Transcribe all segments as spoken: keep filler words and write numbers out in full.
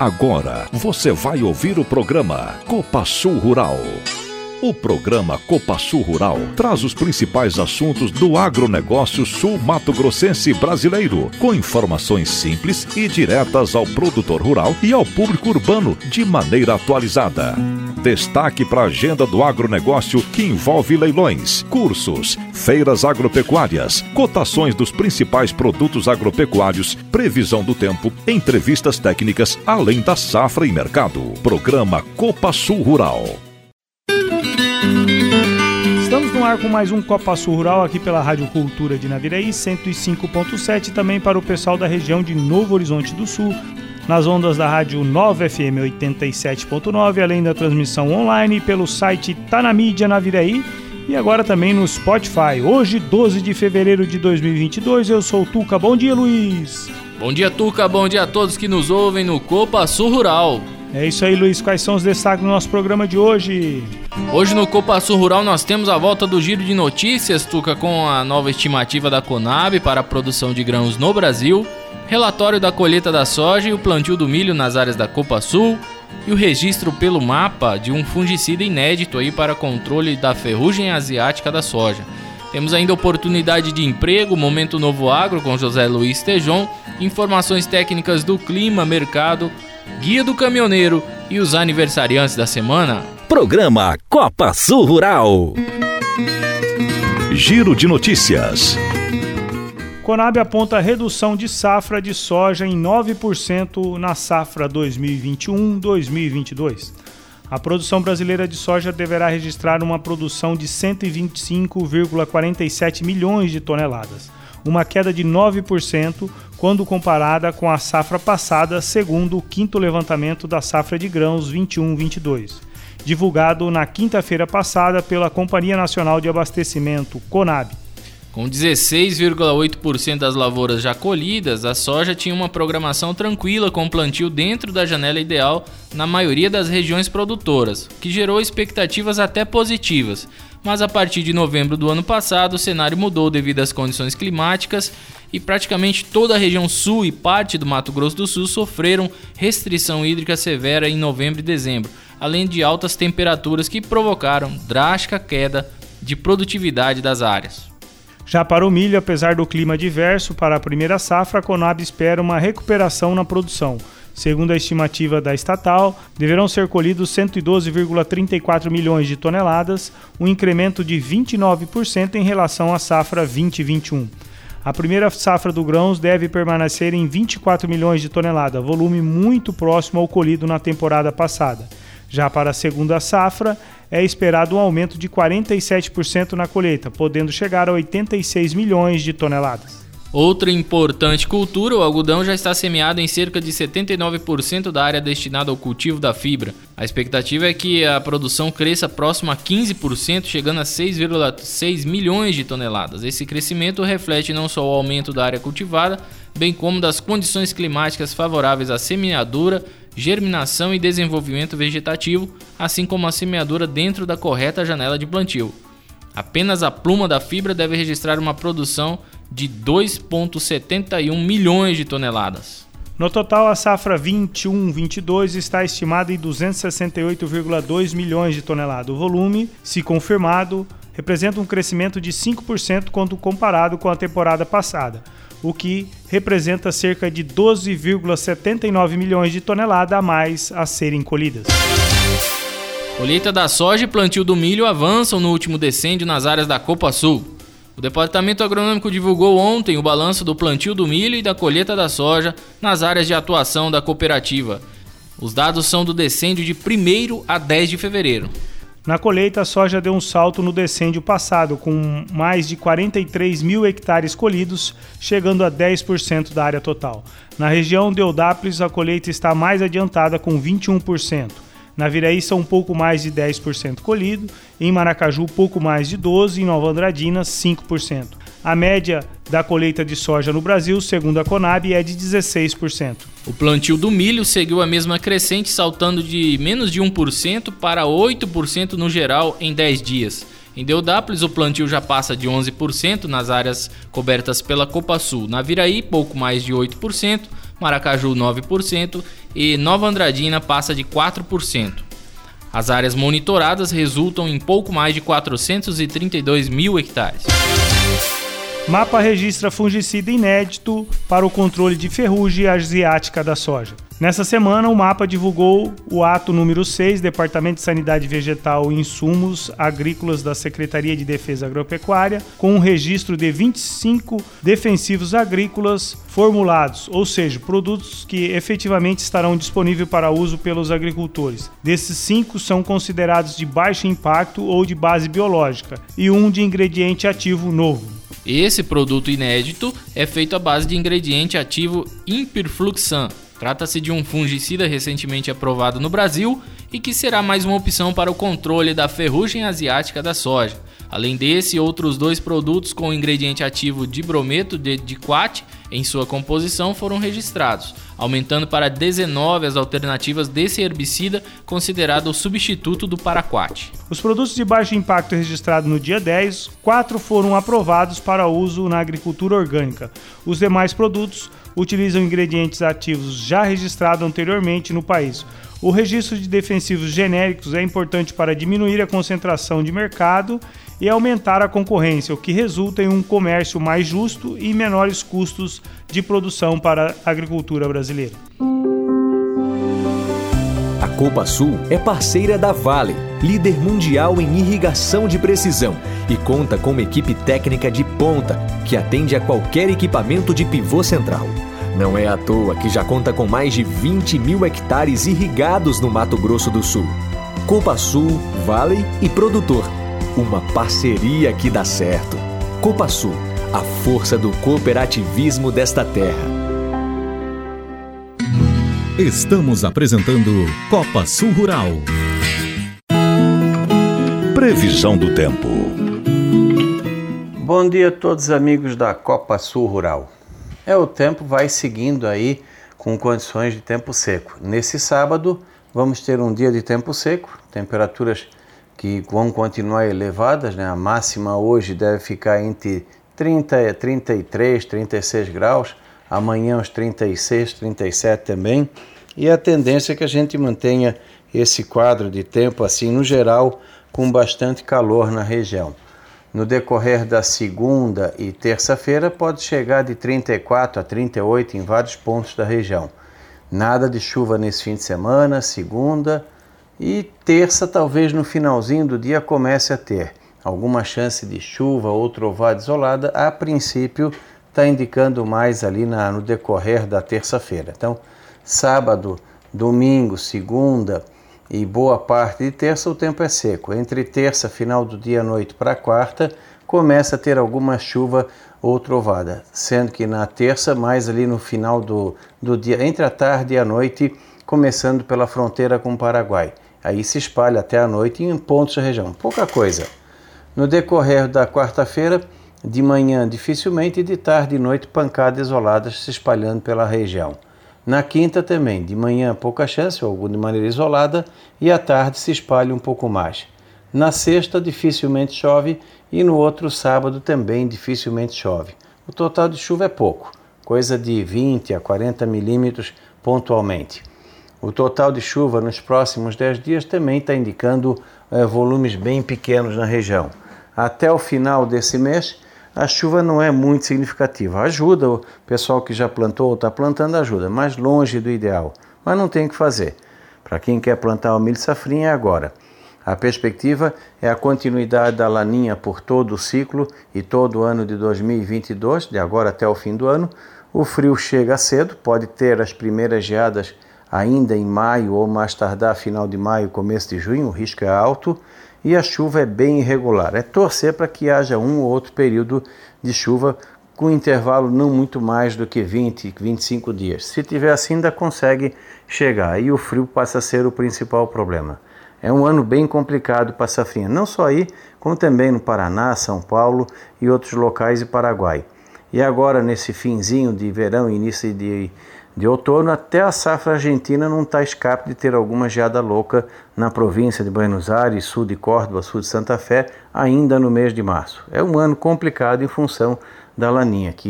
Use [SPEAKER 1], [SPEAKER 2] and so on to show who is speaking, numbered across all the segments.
[SPEAKER 1] Agora você vai ouvir o programa Copa Sul Rural. O programa Copa Sul Rural traz os principais assuntos do agronegócio sul-mato-grossense brasileiro, com informações simples e diretas ao produtor rural e ao público urbano de maneira atualizada. Destaque para a agenda do agronegócio, que envolve leilões, cursos, feiras agropecuárias, cotações dos principais produtos agropecuários, previsão do tempo, entrevistas técnicas, além da safra e mercado. Programa Copa Sul Rural.
[SPEAKER 2] Estamos no ar com mais um Copa Sul Rural aqui pela Rádio Cultura de Naviraí, cento e cinco ponto sete, também para o pessoal da região de Novo Horizonte do Sul, nas ondas da Rádio Nova F M oitenta e sete ponto nove, além da transmissão online pelo site Tá na Mídia Naviraí e agora também no Spotify. Hoje, doze de fevereiro de dois mil e vinte e dois, eu sou o Tuca. Bom dia, Luiz.
[SPEAKER 3] Bom dia, Tuca. Bom dia a todos que nos ouvem no Copa Sul Rural.
[SPEAKER 2] É isso aí, Luiz. Quais são os destaques do nosso programa de hoje?
[SPEAKER 3] Hoje no Copa Sul Rural nós temos a volta do giro de notícias, Tuca, com a nova estimativa da Conab para a produção de grãos no Brasil, relatório da colheita da soja e o plantio do milho nas áreas da Copa Sul e o registro pelo mapa de um fungicida inédito aí para controle da ferrugem asiática da soja. Temos ainda oportunidade de emprego, Momento Novo Agro com José Luiz Tejon, informações técnicas do clima, mercado, Guia do Caminhoneiro e os aniversariantes da semana.
[SPEAKER 1] Programa Copa Sul Rural. Giro de notícias.
[SPEAKER 2] Conab aponta redução de safra de soja em nove por cento na safra dois mil e vinte e um a dois mil e vinte e dois. A produção brasileira de soja deverá registrar uma produção de cento e vinte e cinco vírgula quarenta e sete milhões de toneladas, uma queda de nove por cento quando comparada com a safra passada, segundo o quinto levantamento da safra de grãos vinte e um vinte e dois, divulgado na quinta-feira passada pela Companhia Nacional de Abastecimento, Conab.
[SPEAKER 3] Com dezesseis vírgula oito por cento das lavouras já colhidas, a soja tinha uma programação tranquila com plantio dentro da janela ideal na maioria das regiões produtoras, que gerou expectativas até positivas. Mas a partir de novembro do ano passado, o cenário mudou devido às condições climáticas e praticamente toda a região sul e parte do Mato Grosso do Sul sofreram restrição hídrica severa em novembro e dezembro, além de altas temperaturas que provocaram drástica queda de produtividade das áreas.
[SPEAKER 2] Já para o milho, apesar do clima adverso para a primeira safra, a Conab espera uma recuperação na produção. Segundo a estimativa da estatal, deverão ser colhidos cento e doze vírgula trinta e quatro milhões de toneladas, um incremento de vinte e nove por cento em relação à safra vinte e vinte e um. A primeira safra do grãos deve permanecer em vinte e quatro milhões de toneladas, volume muito próximo ao colhido na temporada passada. Já para a segunda safra, é esperado um aumento de quarenta e sete por cento na colheita, podendo chegar a oitenta e seis milhões de toneladas.
[SPEAKER 3] Outra importante cultura, o algodão já está semeado em cerca de setenta e nove por cento da área destinada ao cultivo da fibra. A expectativa é que a produção cresça próximo a quinze por cento, chegando a seis vírgula seis milhões de toneladas. Esse crescimento reflete não só o aumento da área cultivada, bem como das condições climáticas favoráveis à semeadura, germinação e desenvolvimento vegetativo, assim como a semeadura dentro da correta janela de plantio. Apenas a pluma da fibra deve registrar uma produção de dois vírgula setenta e um milhões de toneladas.
[SPEAKER 2] No total, a safra vinte e um vinte e dois está estimada em duzentos e sessenta e oito vírgula dois milhões de toneladas. O volume, se confirmado, representa um crescimento de cinco por cento quando comparado com a temporada passada, o que representa cerca de doze vírgula setenta e nove milhões de toneladas a mais a serem colhidas.
[SPEAKER 3] Colheita da soja e plantio do milho avançam no último decêndio nas áreas da Copa Sul. O Departamento Agronômico divulgou ontem o balanço do plantio do milho e da colheita da soja nas áreas de atuação da cooperativa. Os dados são do decêndio de primeiro a dez de fevereiro.
[SPEAKER 2] Na colheita, a soja deu um salto no decêndio passado, com mais de quarenta e três mil hectares colhidos, chegando a dez por cento da área total. Na região de Eudápolis, a colheita está mais adiantada, com vinte e um por cento. Na Viraí são um pouco mais de dez por cento colhido, em Maracaju pouco mais de doze por cento e em Nova Andradina cinco por cento. A média da colheita de soja no Brasil, segundo a Conab, é de dezesseis por cento.
[SPEAKER 3] O plantio do milho seguiu a mesma crescente, saltando de menos de um por cento para oito por cento no geral em dez dias. Em Deodápolis, o plantio já passa de onze por cento nas áreas cobertas pela Copa Sul. Na Viraí, pouco mais de oito por cento. Maracaju nove por cento e Nova Andradina passa de quatro por cento. As áreas monitoradas resultam em pouco mais de quatrocentos e trinta e dois mil hectares.
[SPEAKER 2] Mapa registra fungicida inédito para o controle de ferrugem asiática da soja. Nessa semana, o mapa divulgou o ato número seis, Departamento de Sanidade Vegetal e Insumos Agrícolas da Secretaria de Defesa Agropecuária, com um registro de vinte e cinco defensivos agrícolas formulados, ou seja, produtos que efetivamente estarão disponíveis para uso pelos agricultores. Desses cinco são considerados de baixo impacto ou de base biológica, e um de ingrediente ativo novo.
[SPEAKER 3] Esse produto inédito é feito à base de ingrediente ativo Imperfluxan. Trata-se de um fungicida recentemente aprovado no Brasil e que será mais uma opção para o controle da ferrugem asiática da soja. Além desse, outros dois produtos com o ingrediente ativo dibrometo de diquat em sua composição foram registrados, aumentando para dezenove as alternativas desse herbicida considerado o substituto do paraquat.
[SPEAKER 2] Os produtos de baixo impacto registrados no dia dez, quatro foram aprovados para uso na agricultura orgânica. Os demais produtos utilizam ingredientes ativos já registrados anteriormente no país. O registro de defensivos genéricos é importante para diminuir a concentração de mercado e aumentar a concorrência, o que resulta em um comércio mais justo e menores custos de produção para a agricultura brasileira.
[SPEAKER 4] A Copasul é parceira da Vale, líder mundial em irrigação de precisão, e conta com uma equipe técnica de ponta que atende a qualquer equipamento de pivô central. Não é à toa que já conta com mais de vinte mil hectares irrigados no Mato Grosso do Sul. Copasul, Vale e produtor. Uma parceria que dá certo. Copasul, a força do cooperativismo desta terra.
[SPEAKER 1] Estamos apresentando Copasul Rural. Previsão do tempo.
[SPEAKER 5] Bom dia a todos os amigos da Copasul Rural. É, o tempo vai seguindo aí com condições de tempo seco. Nesse sábado vamos ter um dia de tempo seco, temperaturas que vão continuar elevadas, né? A máxima hoje deve ficar entre trinta, trinta e três, trinta e seis graus, amanhã uns trinta e seis, trinta e sete também, e a tendência é que a gente mantenha esse quadro de tempo assim no geral com bastante calor na região. No decorrer da segunda e terça-feira pode chegar de trinta e quatro a trinta e oito em vários pontos da região. Nada de chuva nesse fim de semana, segunda e terça talvez no finalzinho do dia comece a ter alguma chance de chuva ou trovada isolada. A princípio está indicando mais ali na, no decorrer da terça-feira. Então sábado, domingo, segunda e boa parte de terça o tempo é seco. Entre terça, final do dia à noite para quarta, começa a ter alguma chuva ou trovada, sendo que na terça, mais ali no final do, do dia, entre a tarde e a noite, começando pela fronteira com o Paraguai. Aí se espalha até a noite em pontos da região, pouca coisa. No decorrer da quarta-feira, de manhã dificilmente e de tarde e noite pancadas isoladas se espalhando pela região. Na quinta também, de manhã pouca chance, ou de maneira isolada, e à tarde se espalha um pouco mais. Na sexta dificilmente chove e no outro sábado também dificilmente chove. O total de chuva é pouco, coisa de vinte a quarenta milímetros pontualmente. O total de chuva nos próximos dez dias também está indicando é, volumes bem pequenos na região. Até o final desse mês, a chuva não é muito significativa. Ajuda, o pessoal que já plantou ou está plantando ajuda, mas longe do ideal. Mas não tem o que fazer. Para quem quer plantar o milho safrinha é agora. A perspectiva é a continuidade da laninha por todo o ciclo e todo o ano de dois mil e vinte e dois, de agora até o fim do ano. O frio chega cedo, pode ter as primeiras geadas ainda em maio ou mais tardar final de maio, começo de junho, o risco é alto. E a chuva é bem irregular. É torcer para que haja um ou outro período de chuva com intervalo não muito mais do que vinte, vinte e cinco dias. Se tiver assim, ainda consegue chegar. E o frio passa a ser o principal problema. É um ano bem complicado para a safrinha, não só aí, como também no Paraná, São Paulo e outros locais de Paraguai. E agora, nesse finzinho de verão, início de, de outono, até a safra argentina não está escape de ter alguma geada louca na província de Buenos Aires, sul de Córdoba, sul de Santa Fé, ainda no mês de março. É um ano complicado em função da laninha, que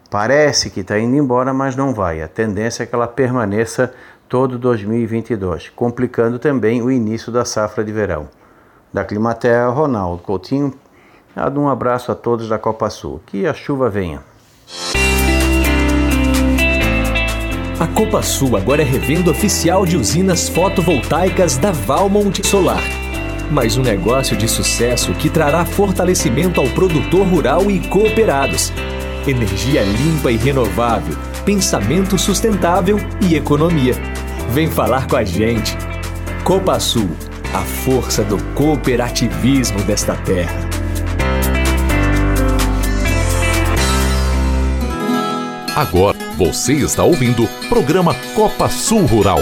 [SPEAKER 5] Parece que está indo embora, mas não vai. A tendência é que ela permaneça todo dois mil e vinte e dois, complicando também o início da safra de verão. Da Climaterra, Ronaldo Coutinho, dá um abraço a todos da Copa Sul. Que a chuva venha.
[SPEAKER 4] A Copa Sul agora é revenda oficial de usinas fotovoltaicas da Valmont Solar. Mais um negócio de sucesso que trará fortalecimento ao produtor rural e cooperados. Energia limpa e renovável, pensamento sustentável e economia. Vem falar com a gente. Copa Sul, a força do cooperativismo desta terra.
[SPEAKER 1] Agora você está ouvindo o programa Copa Sul Rural.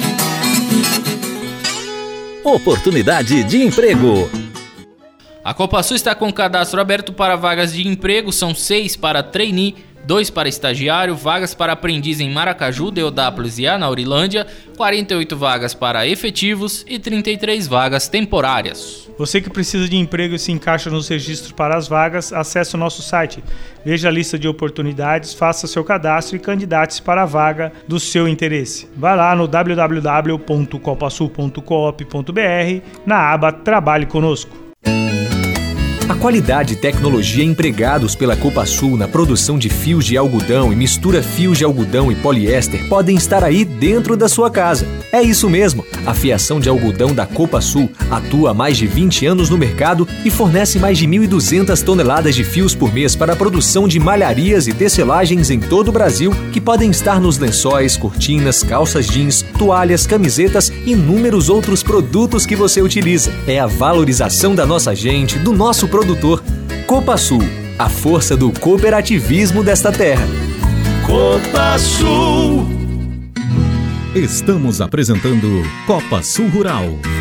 [SPEAKER 6] Oportunidade de emprego.
[SPEAKER 3] A Copa Sul está com o cadastro aberto para vagas de emprego, são seis para trainee, dois para estagiário, vagas para aprendiz em Maracaju, Deodápolis e Anaurilândia, quarenta e oito vagas para efetivos e trinta e três vagas temporárias.
[SPEAKER 2] Você que precisa de emprego e se encaixa nos registros para as vagas, acesse o nosso site, veja a lista de oportunidades, faça seu cadastro e candidate-se para a vaga do seu interesse. Vá lá no w w w ponto copasul ponto coop ponto b r na aba Trabalhe Conosco.
[SPEAKER 4] A qualidade e tecnologia empregados pela Copa Sul na produção de fios de algodão e mistura fios de algodão e poliéster podem estar aí dentro da sua casa. É isso mesmo, a fiação de algodão da Copa Sul atua há mais de vinte anos no mercado e fornece mais de mil e duzentas toneladas de fios por mês para a produção de malharias e tecelagens em todo o Brasil, que podem estar nos lençóis, cortinas, calças jeans, toalhas, camisetas e inúmeros outros produtos que você utiliza. É a valorização da nossa gente, do nosso produtor. Copa Sul, a força do cooperativismo desta terra.
[SPEAKER 1] Copa Sul. Estamos apresentando Copa Sul Rural.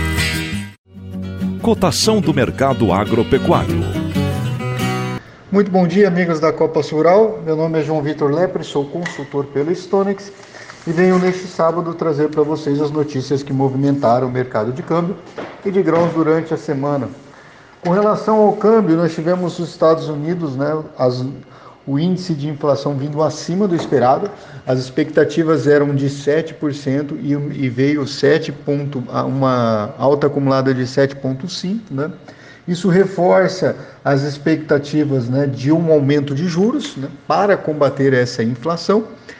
[SPEAKER 1] Cotação do mercado agropecuário.
[SPEAKER 7] Muito bom dia, amigos da Copa Sul Rural. Meu nome é João Vitor Lepre, sou consultor pelo Stonex e venho neste sábado trazer para vocês as notícias que movimentaram o mercado de câmbio e de grãos durante a semana. Com relação ao câmbio, nós tivemos os Estados Unidos, né, as, o índice de inflação vindo acima do esperado. As expectativas eram de sete por cento e, e veio sete ponto, uma alta acumulada de sete vírgula cinco por cento. Né? Isso reforça as expectativas, né, de um aumento de juros, né, para combater essa inflação.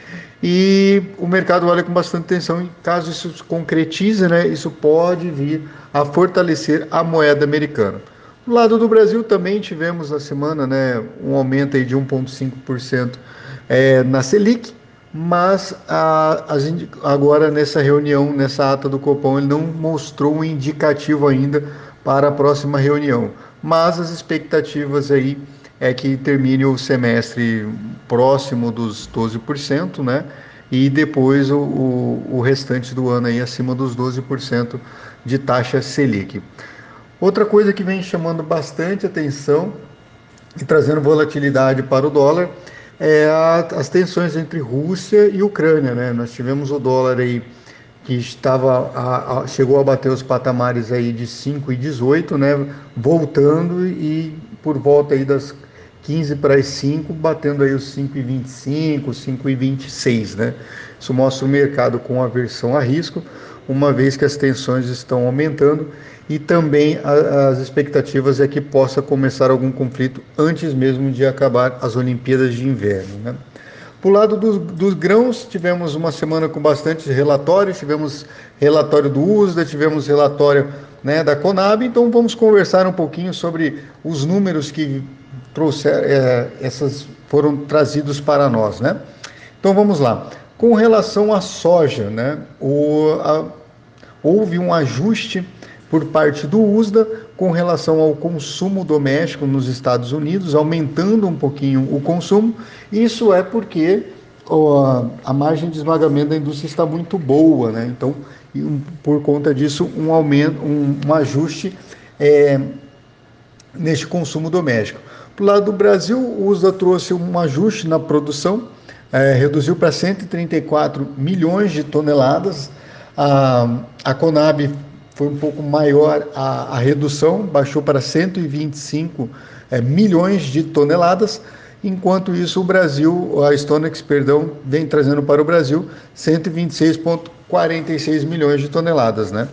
[SPEAKER 7] E o mercado olha com bastante atenção e caso isso se concretize, né, isso pode vir a fortalecer a moeda americana. Do lado do Brasil também tivemos na semana, né, um aumento aí de um vírgula cinco por cento é, na Selic, mas a, a, agora nessa reunião, nessa ata do Copom, ele não mostrou um indicativo ainda para a próxima reunião. Mas as expectativas aí é que termine o semestre próximo dos doze por cento, né, e depois o, o, o restante do ano aí acima dos doze por cento de taxa Selic. Outra coisa que vem chamando bastante atenção e trazendo volatilidade para o dólar é a, as tensões entre Rússia e Ucrânia, né? Nós tivemos o dólar aí que estava a, a, chegou a bater os patamares aí de cinco e dezoito, né? Voltando e por volta aí das quinze para as cinco, batendo aí os cinco e vinte e cinco, cinco e vinte e seis, né? Isso mostra o mercado com aversão a risco, uma vez que as tensões estão aumentando e também a, as expectativas é que possa começar algum conflito antes mesmo de acabar as Olimpíadas de Inverno, né? Por lado dos, dos grãos, tivemos uma semana com bastante relatórios, tivemos relatório do U S D A, tivemos relatório, né, da Conab, então vamos conversar um pouquinho sobre os números que trouxeram, é, essas foram trazidos para nós, né? Então vamos lá. Com relação à soja, né, o, a, houve um ajuste por parte do U S D A com relação ao consumo doméstico nos Estados Unidos, aumentando um pouquinho o consumo. Isso é porque ó, a margem de esmagamento da indústria está muito boa, né? Então, por conta disso, um aumento, um, um ajuste é, neste consumo doméstico. Para o lado do Brasil, o U S D A trouxe um ajuste na produção, é, reduziu para cento e trinta e quatro milhões de toneladas. A, a Conab foi um pouco maior a, a redução, baixou para cento e vinte e cinco é, milhões de toneladas, Enquanto isso, o Brasil, a Stonex, perdão, vem trazendo para o Brasil cento e vinte e seis vírgula quarenta e seis milhões de toneladas, né?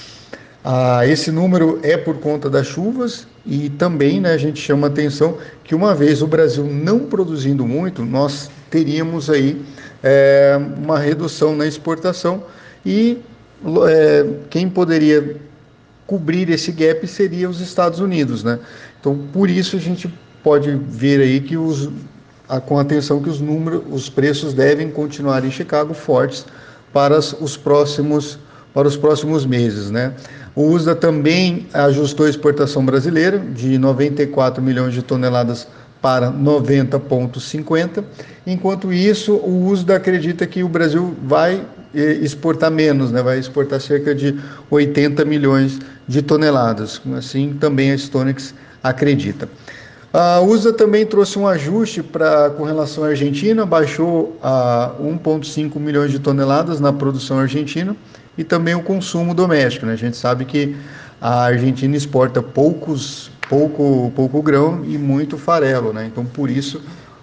[SPEAKER 7] Ah, esse número é por conta das chuvas e também, né, a gente chama a atenção que uma vez o Brasil não produzindo muito, nós teríamos aí é, uma redução na exportação e é, quem poderia cobrir esse gap seria os Estados Unidos, né? Então, por isso a gente pode ver aí que os, a, com atenção que os números, os preços devem continuar em Chicago fortes para os próximos, para os próximos meses, né? O U S D A também ajustou a exportação brasileira de noventa e quatro milhões de toneladas para noventa vírgula cinquenta. Enquanto isso, o U S D A acredita que o Brasil vai exportar menos, né? Vai exportar cerca de oitenta milhões de toneladas. Assim, também a Stonex acredita. A U S D A também trouxe um ajuste pra, com relação à Argentina, baixou a um vírgula cinco milhões de toneladas na produção argentina e também o consumo doméstico, né? A gente sabe que a Argentina exporta poucos, pouco, pouco grão e muito farelo, né? Então, por isso,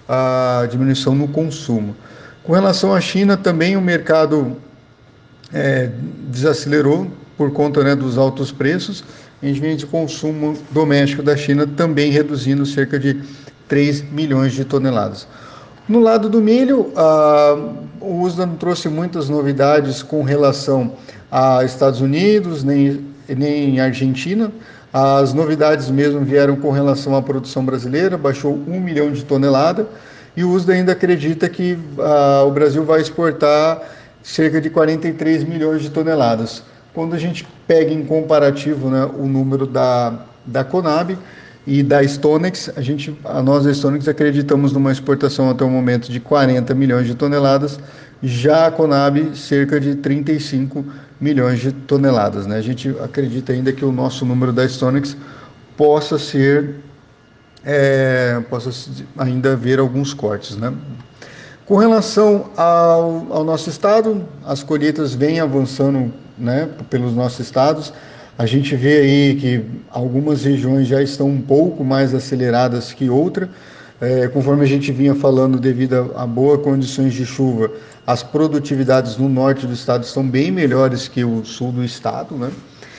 [SPEAKER 7] a diminuição no consumo. Com relação à China, também o mercado é, desacelerou por conta, né, dos altos preços. A gente vê o consumo doméstico da China também reduzindo cerca de três milhões de toneladas. No lado do milho, a, o U S D A não trouxe muitas novidades com relação a Estados Unidos, nem, nem Argentina. As novidades mesmo vieram com relação à produção brasileira, baixou um milhão de toneladas, e o U S D A ainda acredita que a, o Brasil vai exportar cerca de quarenta e três milhões de toneladas. Quando a gente pega em comparativo, né, o número da, da Conab e da Stonex, a gente, a nós da Stonex acreditamos numa exportação até o momento de quarenta milhões de toneladas, já a Conab cerca de trinta e cinco milhões de toneladas, né? A gente acredita ainda que o nosso número da Stonex possa ser, é, possa ainda haver alguns cortes, né? Com relação ao, ao nosso estado, as colheitas vêm avançando, né, pelos nossos estados. A gente vê aí que algumas regiões já estão um pouco mais aceleradas que outras. É, conforme a gente vinha falando, devido a, a boas condições de chuva, as produtividades no norte do estado estão bem melhores que o sul do estado, né?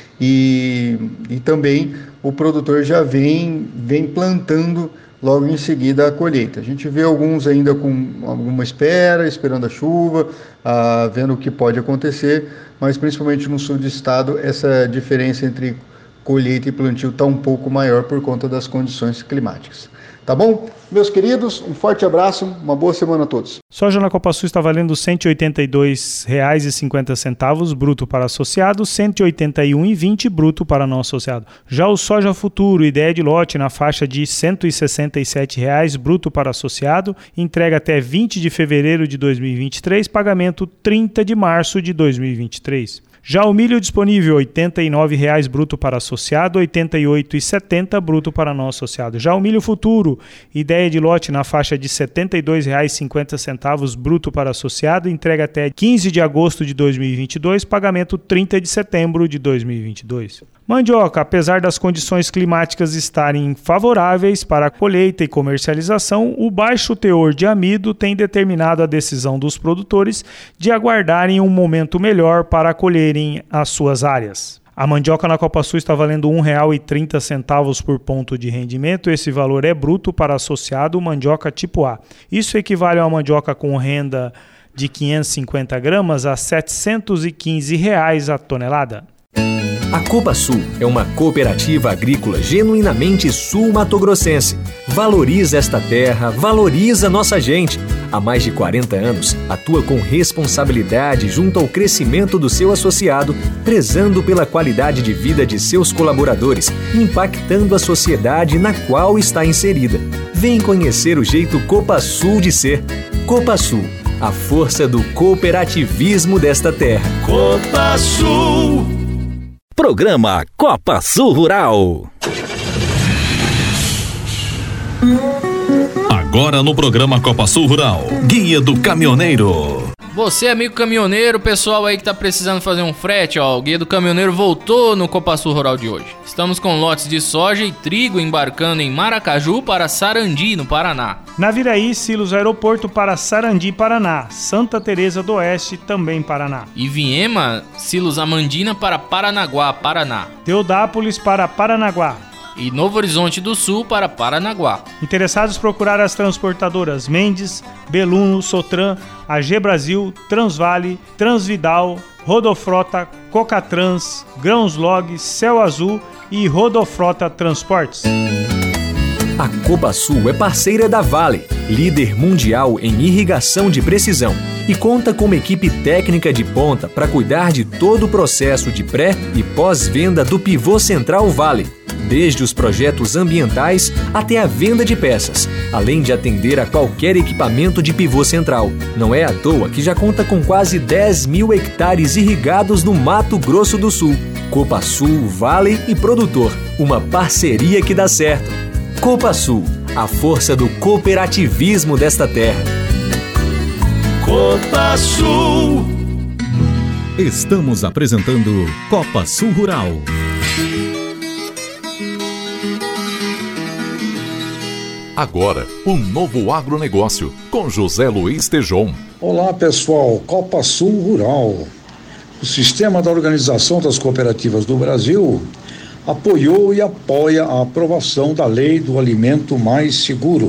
[SPEAKER 7] E, e também o produtor já vem, vem plantando logo em seguida a colheita. A gente vê alguns ainda com alguma espera, esperando a chuva, ah, vendo o que pode acontecer, mas principalmente no sul do estado, essa diferença entre colheita e plantio está um pouco maior por conta das condições climáticas. Tá bom? Meus queridos, um forte abraço, uma boa semana a todos.
[SPEAKER 2] Soja na Copasul está valendo cento e oitenta e dois reais e cinquenta centavos bruto para associado, cento e oitenta e um reais e vinte centavos bruto para não associado. Já o soja futuro, ideia de lote, na faixa de cento e sessenta e sete reais bruto para associado, entrega até vinte de fevereiro de dois mil e vinte e três, pagamento trinta de março de dois mil e vinte e três. Já o milho disponível, oitenta e nove reais bruto para associado, oitenta e oito reais e setenta centavos bruto para não associado. Já o milho futuro, ideia de lote na faixa de setenta e dois reais e cinquenta centavos bruto para associado, entrega até quinze de agosto de dois mil e vinte e dois, pagamento trinta de setembro de dois mil e vinte e dois. Mandioca, apesar das condições climáticas estarem favoráveis para a colheita e comercialização, o baixo teor de amido tem determinado a decisão dos produtores de aguardarem um momento melhor para colherem as suas áreas. A mandioca na Copasul está valendo um real e trinta centavos por ponto de rendimento. Esse valor é bruto para associado mandioca tipo A. Isso equivale a uma mandioca com renda de quinhentos e cinquenta gramas a setecentos e quinze reais a tonelada.
[SPEAKER 4] A Copasul é uma cooperativa agrícola genuinamente sul-matogrossense. Valoriza esta terra, valoriza nossa gente. Há mais de quarenta anos, atua com responsabilidade junto ao crescimento do seu associado, prezando pela qualidade de vida de seus colaboradores, impactando a sociedade na qual está inserida. Vem conhecer o jeito Copasul de ser. Copasul, a força do cooperativismo desta terra.
[SPEAKER 6] Copasul. Programa Copasul Rural.
[SPEAKER 1] Agora no programa Copasul Rural, Guia do Caminhoneiro.
[SPEAKER 3] Você, amigo caminhoneiro, pessoal aí que tá precisando fazer um frete, ó, o Guia do Caminhoneiro voltou no Copa Sul Rural de hoje. Estamos com lotes de soja e trigo embarcando em Maracaju para Sarandi, no Paraná.
[SPEAKER 2] Naviraí, Silos Aeroporto para Sarandi, Paraná. Santa Teresa do Oeste, também Paraná.
[SPEAKER 3] E Viema, Silos Amandina para Paranaguá, Paraná.
[SPEAKER 2] Teodápolis para Paranaguá.
[SPEAKER 3] E Novo Horizonte do Sul para Paranaguá.
[SPEAKER 2] Interessados procurar as transportadoras Mendes, Beluno, Sotran, A G Brasil, Transvale, Transvidal, Rodofrota, Cocatrans, Grãos Log, Céu Azul e Rodofrota Transportes.
[SPEAKER 4] A Copasul é parceira da Vale, líder mundial em irrigação de precisão, e conta com uma equipe técnica de ponta para cuidar de todo o processo de pré e pós-venda do pivô central Vale, desde os projetos ambientais até a venda de peças, além de atender a qualquer equipamento de pivô central. Não é à toa que já conta com quase dez mil hectares irrigados no Mato Grosso do Sul. Copasul, Vale e produtor, uma parceria que dá certo. Copasul, a força do cooperativismo desta terra.
[SPEAKER 6] Copasul. Estamos apresentando Copa Sul Rural. Agora, um novo agronegócio, com José Luiz Tejon.
[SPEAKER 8] Olá pessoal, Copa Sul Rural. O Sistema da Organização das Cooperativas do Brasil apoiou e apoia a aprovação da Lei do Alimento Mais Seguro.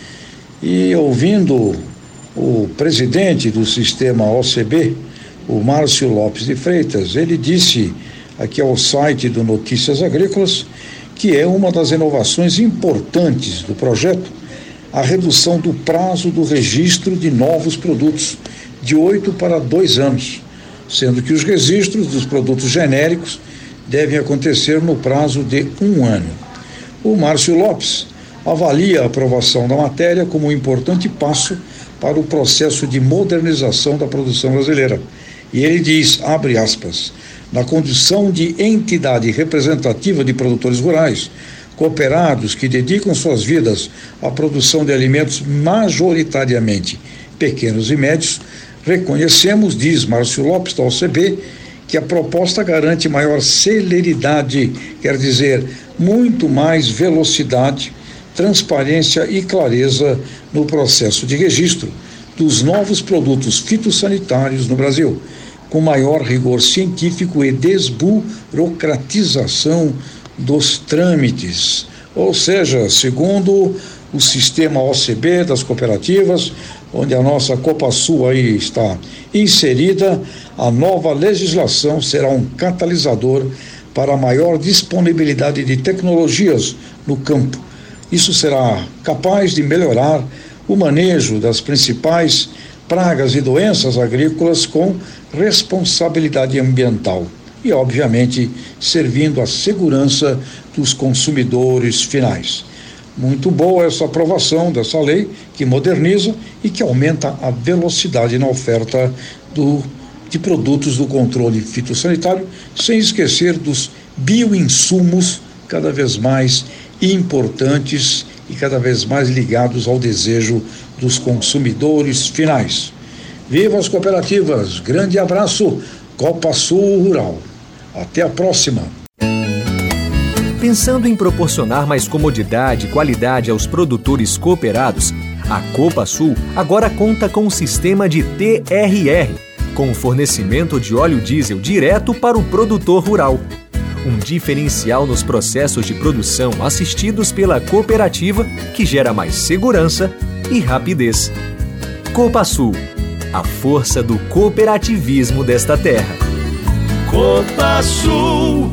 [SPEAKER 8] E ouvindo o presidente do Sistema O C B, o Márcio Lopes de Freitas, ele disse aqui ao site do Notícias Agrícolas que é uma das inovações importantes do projeto a redução do prazo do registro de novos produtos de oito para dois anos, sendo que os registros dos produtos genéricos devem acontecer no prazo de um ano. O Márcio Lopes avalia a aprovação da matéria como um importante passo para o processo de modernização da produção brasileira. E ele diz, abre aspas, na condição de entidade representativa de produtores rurais, cooperados que dedicam suas vidas à produção de alimentos majoritariamente pequenos e médios, reconhecemos, diz Márcio Lopes da O C B, que a proposta garante maior celeridade, quer dizer, muito mais velocidade, transparência e clareza no processo de registro dos novos produtos fitossanitários no Brasil, com maior rigor científico e desburocratização dos trâmites. Ou seja, segundo o sistema O C B das cooperativas, onde a nossa Copasul aí está inserida, a nova legislação será um catalisador para a maior disponibilidade de tecnologias no campo. Isso será capaz de melhorar o manejo das principais pragas e doenças agrícolas com responsabilidade ambiental e, obviamente, servindo à segurança dos consumidores finais. Muito boa essa aprovação dessa lei que moderniza e que aumenta a velocidade na oferta do, de produtos do controle fitossanitário, sem esquecer dos bioinsumos cada vez mais importantes e cada vez mais ligados ao desejo dos consumidores finais. Viva as cooperativas! Grande abraço, Copa Sul Rural. Até a próxima!
[SPEAKER 4] Pensando em proporcionar mais comodidade e qualidade aos produtores cooperados, a Copasul agora conta com um sistema de T R R, com fornecimento de óleo diesel direto para o produtor rural. Um diferencial nos processos de produção assistidos pela cooperativa que gera mais segurança e rapidez. Copasul, a força do cooperativismo desta terra.
[SPEAKER 6] Copasul.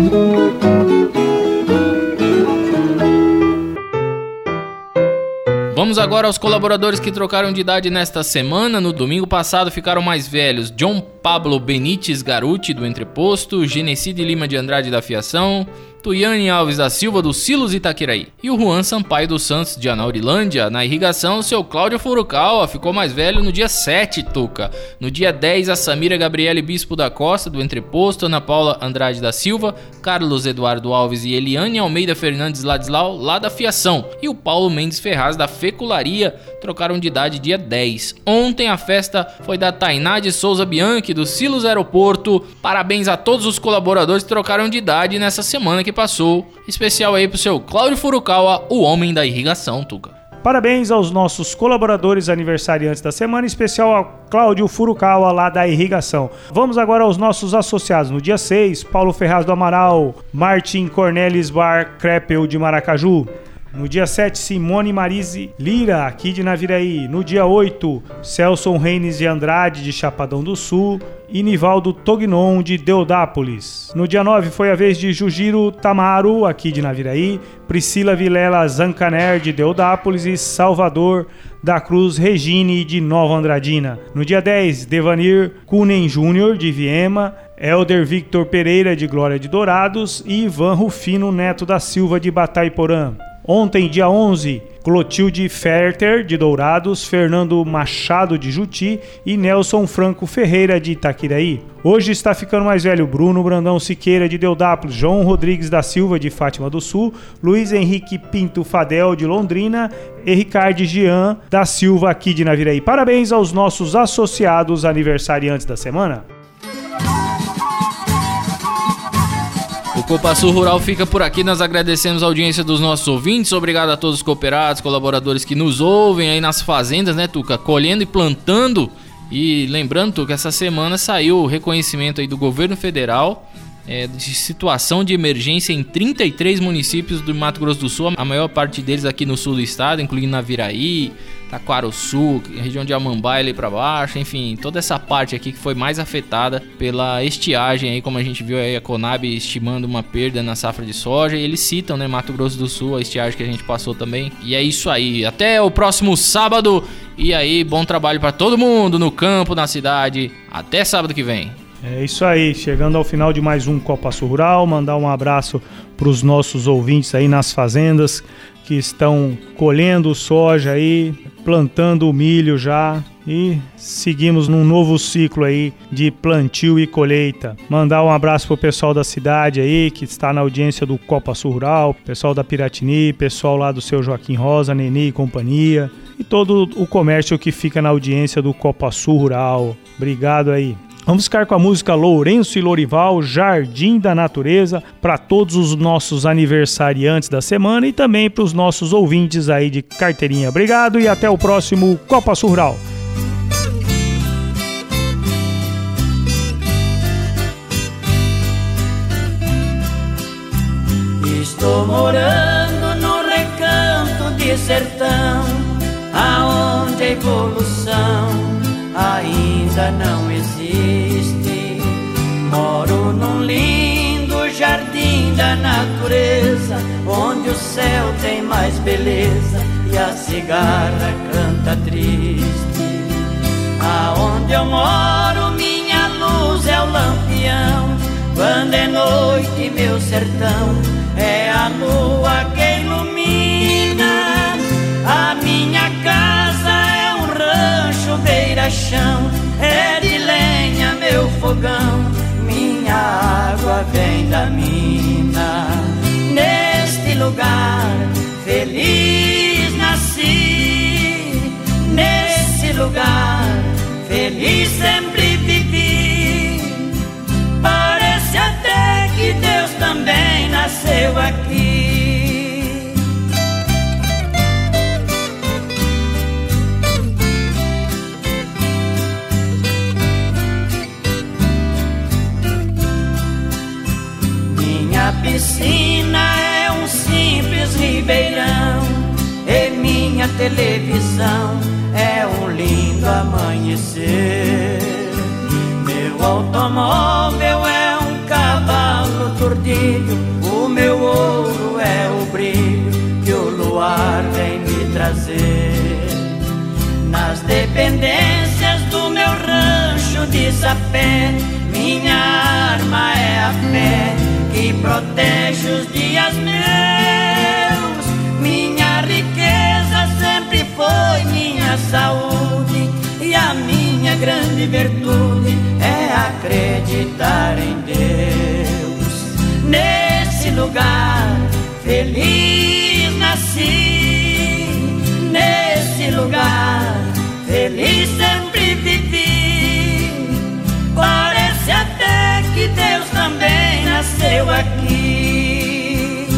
[SPEAKER 3] Vamos agora aos colaboradores que trocaram de idade nesta semana. No domingo passado ficaram mais velhos John Pablo Benites Garuti, do Entreposto, Genesi de Lima de Andrade da Fiação, Tuiane Alves da Silva do Silos Itaquiraí e o Juan Sampaio dos Santos de Anaurilândia. Na irrigação, seu Cláudio Furukawa ficou mais velho no dia sete, Tuca. No dia dez, a Samira Gabriele Bispo da Costa do Entreposto, Ana Paula Andrade da Silva, Carlos Eduardo Alves e Eliane Almeida Fernandes Ladislau lá da Fiação e o Paulo Mendes Ferraz da Fecularia trocaram de idade dia dez. Ontem a festa foi da Tainá de Souza Bianchi do Silos Aeroporto. Parabéns a todos os colaboradores que trocaram de idade nessa semana que passou. Especial aí pro seu Cláudio Furukawa, o homem da irrigação, Tuca.
[SPEAKER 2] Parabéns aos nossos colaboradores aniversariantes da semana, em especial ao Cláudio Furukawa lá da irrigação. Vamos agora aos nossos associados. No dia seis, Paulo Ferraz do Amaral, Martin Cornelis Bar Crepel de Maracaju. No dia sete, Simone Marise Lira, aqui de Naviraí. No dia oito, Celson Reines de Andrade, de Chapadão do Sul. E Nivaldo Tognon, de Deodápolis. No dia nove, foi a vez de Jujiro Tamaro, aqui de Naviraí. Priscila Vilela Zancaner, de Deodápolis. E Salvador da Cruz Regine, de Nova Andradina. No dia dez, Devanir Kunen Júnior, de Viema. Elder Victor Pereira, de Glória de Dourados. E Ivan Rufino Neto da Silva, de Bataiporã. Ontem, dia onze, Clotilde Ferter, de Dourados, Fernando Machado, de Juti e Nelson Franco Ferreira, de Itaquiraí. Hoje está ficando mais velho Bruno Brandão Siqueira, de Deodápolis, João Rodrigues da Silva, de Fátima do Sul, Luiz Henrique Pinto Fadel, de Londrina e Ricardo Jean da Silva, aqui de Naviraí. Parabéns aos nossos associados aniversariantes da semana.
[SPEAKER 3] O Copa Sul Rural fica por aqui, nós agradecemos a audiência dos nossos ouvintes, obrigado a todos os cooperados, colaboradores que nos ouvem aí nas fazendas, né, Tuca, colhendo e plantando. E lembrando, Tuca, essa semana saiu o reconhecimento aí do governo federal é, de situação de emergência em trinta e três municípios do Mato Grosso do Sul, a maior parte deles aqui no sul do estado, incluindo Naviraí, Taquaruçu, região de Amambai ali pra baixo, enfim, toda essa parte aqui que foi mais afetada pela estiagem aí, como a gente viu aí a Conab estimando uma perda na safra de soja, e eles citam, né, Mato Grosso do Sul, a estiagem que a gente passou também. E é isso aí, até o próximo sábado, e aí, bom trabalho pra todo mundo no campo, na cidade, até sábado que vem.
[SPEAKER 2] É isso aí, chegando ao final de mais um Copa Sul Rural, mandar um abraço para os nossos ouvintes aí nas fazendas que estão colhendo soja aí, plantando o milho já e seguimos num novo ciclo aí de plantio e colheita. Mandar um abraço pro pessoal da cidade aí que está na audiência do Copa Sul Rural, pessoal da Piratini, pessoal lá do seu Joaquim Rosa, Nenê e companhia e todo o comércio que fica na audiência do Copa Sul Rural. Obrigado aí. Vamos ficar com a música Lourenço e Lorival, Jardim da Natureza, para todos os nossos aniversariantes da semana e também para os nossos ouvintes aí de carteirinha. Obrigado e até o próximo Copa Sul Rural.
[SPEAKER 9] Estou morando no recanto de sertão, aonde a evolução ainda não existe. Moro num lindo jardim da natureza, onde o céu tem mais beleza e a cigarra canta triste. Aonde eu moro minha luz é o lampião, quando é noite meu sertão é a lua que ilumina. A minha casa é um rancho beira-chão, é de lenha meu fogão, minha água vem da mina. Neste lugar feliz nasci, nesse lugar feliz sempre vivi. Parece até que Deus também nasceu aqui. Minha piscina é um simples ribeirão e minha televisão é um lindo amanhecer. Meu automóvel é um cavalo tordilho, o meu ouro é o brilho que o luar vem me trazer. Nas dependências do meu rancho de sapé, minha arma é a fé que protege os dias meus. Minha riqueza sempre foi minha saúde, e a minha grande virtude é acreditar em Deus. Nesse lugar feliz nasci, nesse lugar feliz sempre vivi. Parece até que Deus também nasceu aqui.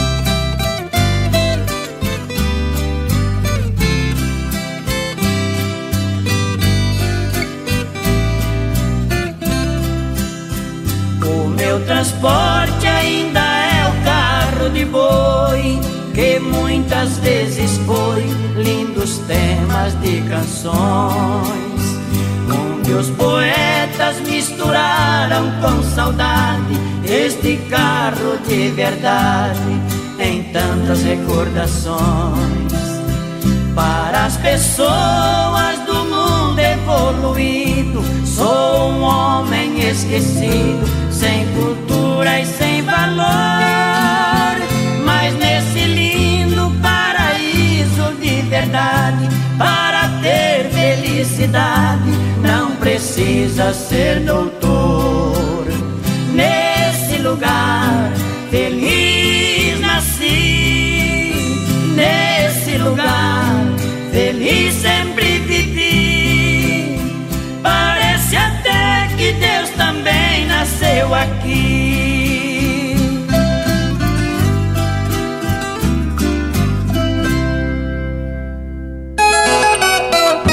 [SPEAKER 9] O meu transporte ainda é o carro de boi, que muitas vezes foi lindos temas de canções, onde os poetas misturaram com saudade este carro de verdade em tantas recordações. Para as pessoas do mundo evoluído, sou um homem esquecido, sem cultura e sem valor. Mas nesse lindo paraíso de verdade, para ter felicidade, não precisa ser doutor. Nesse lugar feliz nasci, nesse lugar feliz sempre vivi. Parece até que Deus também nasceu aqui.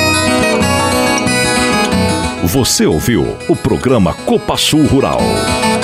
[SPEAKER 1] Você ouviu o programa Copa Sul Rural.